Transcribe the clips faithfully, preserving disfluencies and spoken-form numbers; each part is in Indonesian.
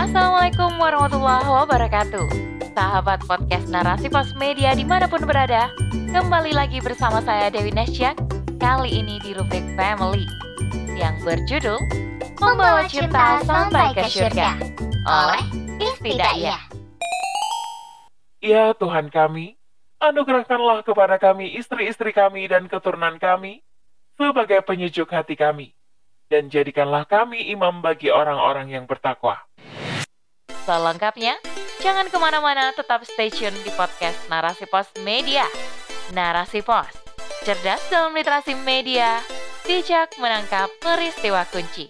Assalamualaikum warahmatullahi wabarakatuh. Sahabat podcast Narasi Pos Media dimanapun berada, kembali lagi bersama saya Dewi Nasyak. Kali ini di rubrik Family yang berjudul Membawa Cinta Sampai ke Syurga oleh Istidaiyah. Ya Tuhan kami, anugerahkanlah kepada kami istri-istri kami dan keturunan kami sebagai penyejuk hati kami, dan jadikanlah kami imam bagi orang-orang yang bertakwa. Selengkapnya, jangan kemana-mana, tetap stay tune di podcast Narasi Pos Media. Narasi Pos, cerdas dalam literasi media, bijak menangkap peristiwa kunci.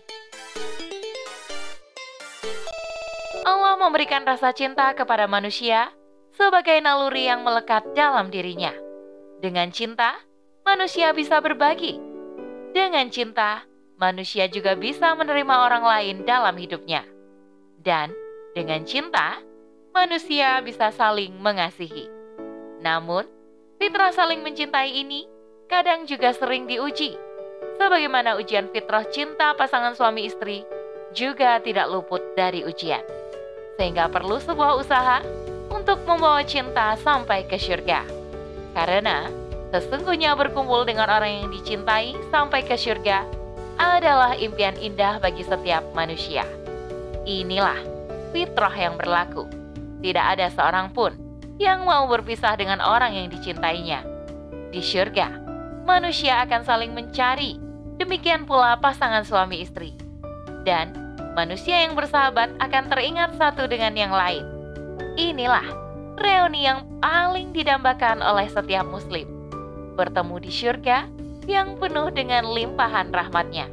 Allah memberikan rasa cinta kepada manusia sebagai naluri yang melekat dalam dirinya. Dengan cinta, manusia bisa berbagi. Dengan cinta, manusia juga bisa menerima orang lain dalam hidupnya. Dan dengan cinta, manusia bisa saling mengasihi. Namun, fitrah saling mencintai ini kadang juga sering diuji. Sebagaimana ujian fitrah cinta pasangan suami istri juga tidak luput dari ujian. Sehingga perlu sebuah usaha untuk membawa cinta sampai ke syurga. Karena sesungguhnya berkumpul dengan orang yang dicintai sampai ke syurga adalah impian indah bagi setiap manusia. Inilah fitrah yang berlaku. Tidak ada seorang pun yang mau berpisah dengan orang yang dicintainya. Di syurga, manusia akan saling mencari, demikian pula pasangan suami istri. Dan manusia yang bersahabat akan teringat satu dengan yang lain. Inilah reuni yang paling didambakan oleh setiap muslim. Bertemu di syurga yang penuh dengan limpahan rahmatnya.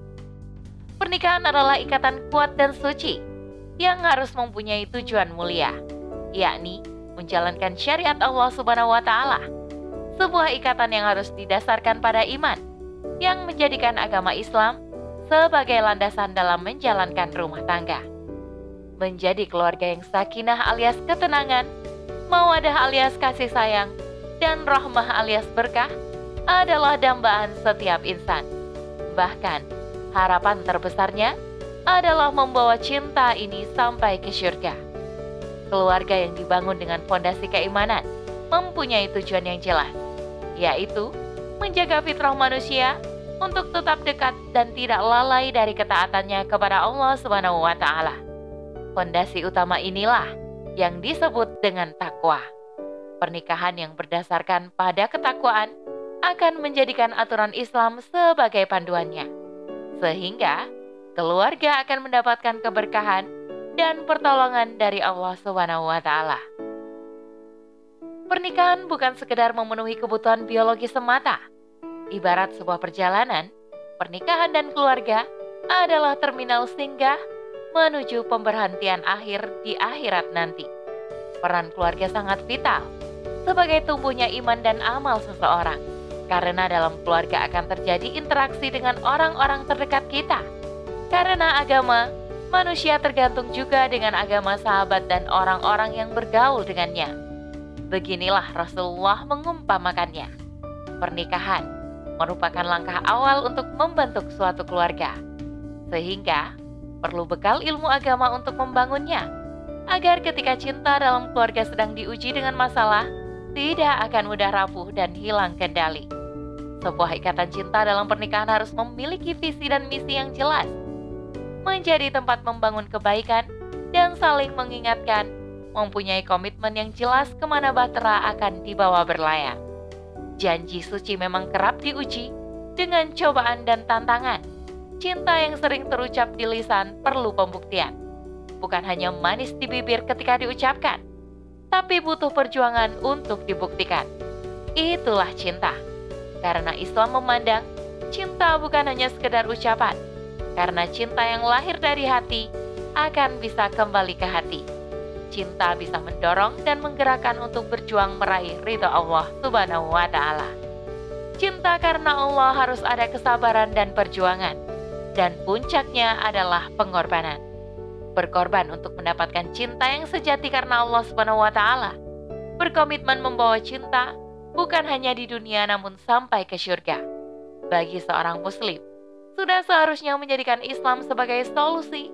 Pernikahan adalah ikatan kuat dan suci yang harus mempunyai tujuan mulia, yakni menjalankan syariat Allah Subhanahu wa Ta'ala. Sebuah ikatan yang harus didasarkan pada iman, yang menjadikan agama Islam sebagai landasan dalam menjalankan rumah tangga. Menjadi keluarga yang sakinah alias ketenangan, mawadah alias kasih sayang, dan rahmah alias berkah adalah dambaan setiap insan. Bahkan, harapan terbesarnya adalah membawa cinta ini sampai ke syurga. Keluarga yang dibangun dengan fondasi keimanan mempunyai tujuan yang jelas, yaitu menjaga fitrah manusia untuk tetap dekat dan tidak lalai dari ketaatannya kepada Allah Subhanahu wa Ta'ala. Fondasi utama inilah yang disebut dengan takwa. Pernikahan yang berdasarkan pada ketakwaan akan menjadikan aturan Islam sebagai panduannya, sehingga keluarga akan mendapatkan keberkahan dan pertolongan dari Allah Subhanahu wa Ta'ala. Pernikahan bukan sekedar memenuhi kebutuhan biologi semata. Ibarat sebuah perjalanan, pernikahan dan keluarga adalah terminal singgah menuju pemberhentian akhir di akhirat nanti. Peran keluarga sangat vital sebagai tumbuhnya iman dan amal seseorang, karena dalam keluarga akan terjadi interaksi dengan orang-orang terdekat kita. Karena agama, manusia tergantung juga dengan agama sahabat dan orang-orang yang bergaul dengannya. Beginilah Rasulullah mengumpamakannya. Pernikahan merupakan langkah awal untuk membentuk suatu keluarga. Sehingga perlu bekal ilmu agama untuk membangunnya, agar ketika cinta dalam keluarga sedang diuji dengan masalah, tidak akan mudah rapuh dan hilang kendali. Sebuah ikatan cinta dalam pernikahan harus memiliki visi dan misi yang jelas, menjadi tempat membangun kebaikan dan saling mengingatkan, mempunyai komitmen yang jelas kemana bahtera akan dibawa berlayar. Janji suci memang kerap diuji dengan cobaan dan tantangan. Cinta yang sering terucap di lisan perlu pembuktian. Bukan hanya manis di bibir ketika diucapkan, tapi butuh perjuangan untuk dibuktikan. Itulah cinta. Karena Islam memandang cinta bukan hanya sekedar ucapan, karena cinta yang lahir dari hati akan bisa kembali ke hati. Cinta bisa mendorong dan menggerakkan untuk berjuang meraih ridha Allah Subhanahu wa Ta'ala. Cinta karena Allah harus ada kesabaran dan perjuangan, dan puncaknya adalah pengorbanan. Berkorban untuk mendapatkan cinta yang sejati karena Allah Subhanahu wa Ta'ala. Berkomitmen membawa cinta bukan hanya di dunia namun sampai ke syurga. Bagi seorang muslim, sudah seharusnya menjadikan Islam sebagai solusi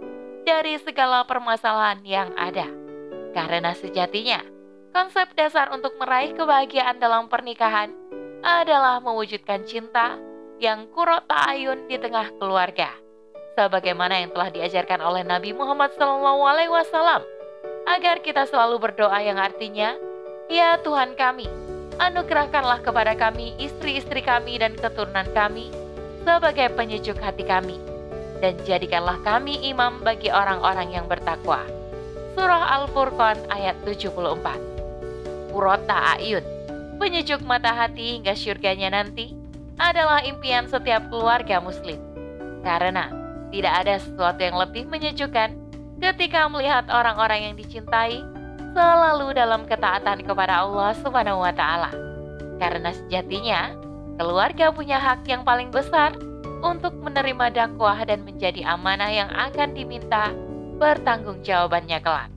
dari segala permasalahan yang ada. Karena sejatinya, konsep dasar untuk meraih kebahagiaan dalam pernikahan adalah mewujudkan cinta yang qurrata ta'ayun di tengah keluarga. Sebagaimana yang telah diajarkan oleh Nabi Muhammad shallallahu alaihi wasallam, agar kita selalu berdoa yang artinya, "Ya Tuhan kami, anugerahkanlah kepada kami istri-istri kami dan keturunan kami sebagai penyejuk hati kami, dan jadikanlah kami imam bagi orang-orang yang bertakwa." Surah Al-Furqan ayat tujuh puluh empat. Qurrata a'yun, penyejuk mata hati hingga syurganya nanti, adalah impian setiap keluarga muslim. Karena tidak ada sesuatu yang lebih menyejukkan ketika melihat orang-orang yang dicintai selalu dalam ketaatan kepada Allah Subhanahu wa Ta'ala. Karena sejatinya, keluarga punya hak yang paling besar untuk menerima dakwah dan menjadi amanah yang akan diminta pertanggungjawabannya kelak.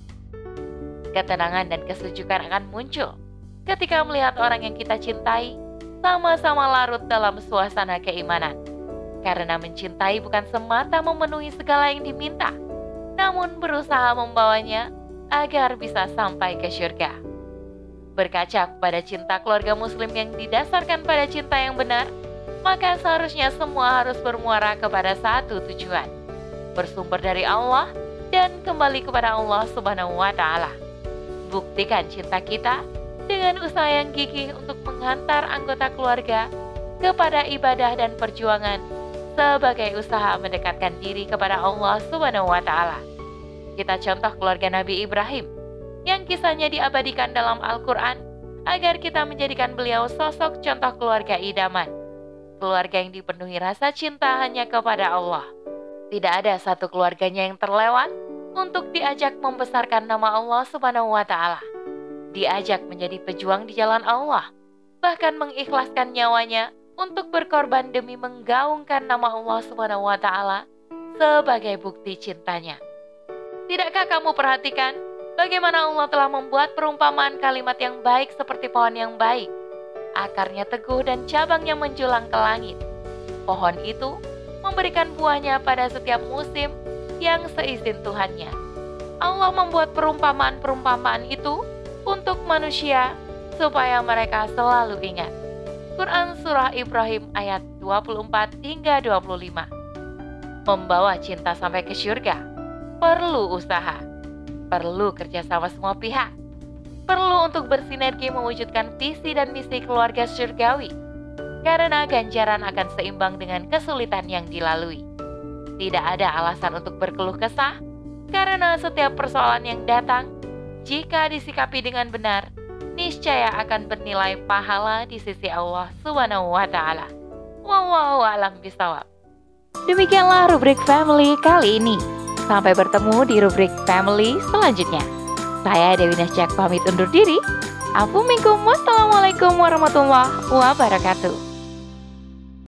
Ketenangan dan kesejukan akan muncul ketika melihat orang yang kita cintai sama-sama larut dalam suasana keimanan. Karena mencintai bukan semata memenuhi segala yang diminta, namun berusaha membawanya agar bisa sampai ke syurga. Berkaca pada cinta keluarga muslim yang didasarkan pada cinta yang benar, maka seharusnya semua harus bermuara kepada satu tujuan, bersumber dari Allah dan kembali kepada Allah Subhanahu wa Ta'ala. Buktikan cinta kita dengan usaha yang gigih untuk menghantar anggota keluarga kepada ibadah dan perjuangan sebagai usaha mendekatkan diri kepada Allah Subhanahu wa Ta'ala. Kita contoh keluarga Nabi Ibrahim yang kisahnya diabadikan dalam Al-Quran agar kita menjadikan beliau sosok contoh keluarga idaman, keluarga yang dipenuhi rasa cinta hanya kepada Allah. Tidak ada satu keluarganya yang terlewat untuk diajak membesarkan nama Allah Subhanahu wa Ta'ala, diajak menjadi pejuang di jalan Allah, bahkan mengikhlaskan nyawanya untuk berkorban demi menggaungkan nama Allah Subhanahu wa Ta'ala sebagai bukti cintanya. Tidakkah kamu perhatikan bagaimana Allah telah membuat perumpamaan kalimat yang baik seperti pohon yang baik, akarnya teguh dan cabangnya menjulang ke langit. Pohon itu memberikan buahnya pada setiap musim yang seizin Tuhannya. Allah membuat perumpamaan-perumpamaan itu untuk manusia supaya mereka selalu ingat. Quran Surah Ibrahim ayat dua puluh empat hingga dua puluh lima. Membawa cinta sampai ke syurga perlu usaha, perlu kerjasama semua pihak, perlu untuk bersinergi mewujudkan visi dan misi keluarga syurgawi, karena ganjaran akan seimbang dengan kesulitan yang dilalui. Tidak ada alasan untuk berkeluh kesah, karena setiap persoalan yang datang, jika disikapi dengan benar, niscaya akan bernilai pahala di sisi Allah Subhanahu wa Ta'ala. Wallahu a'lam bishawab. Demikianlah rubrik family kali ini. Sampai bertemu di rubrik family selanjutnya. Saya Dewi Nasjak pamit undur diri. Afu minkum, wassalamualaikum warahmatullahi wabarakatuh.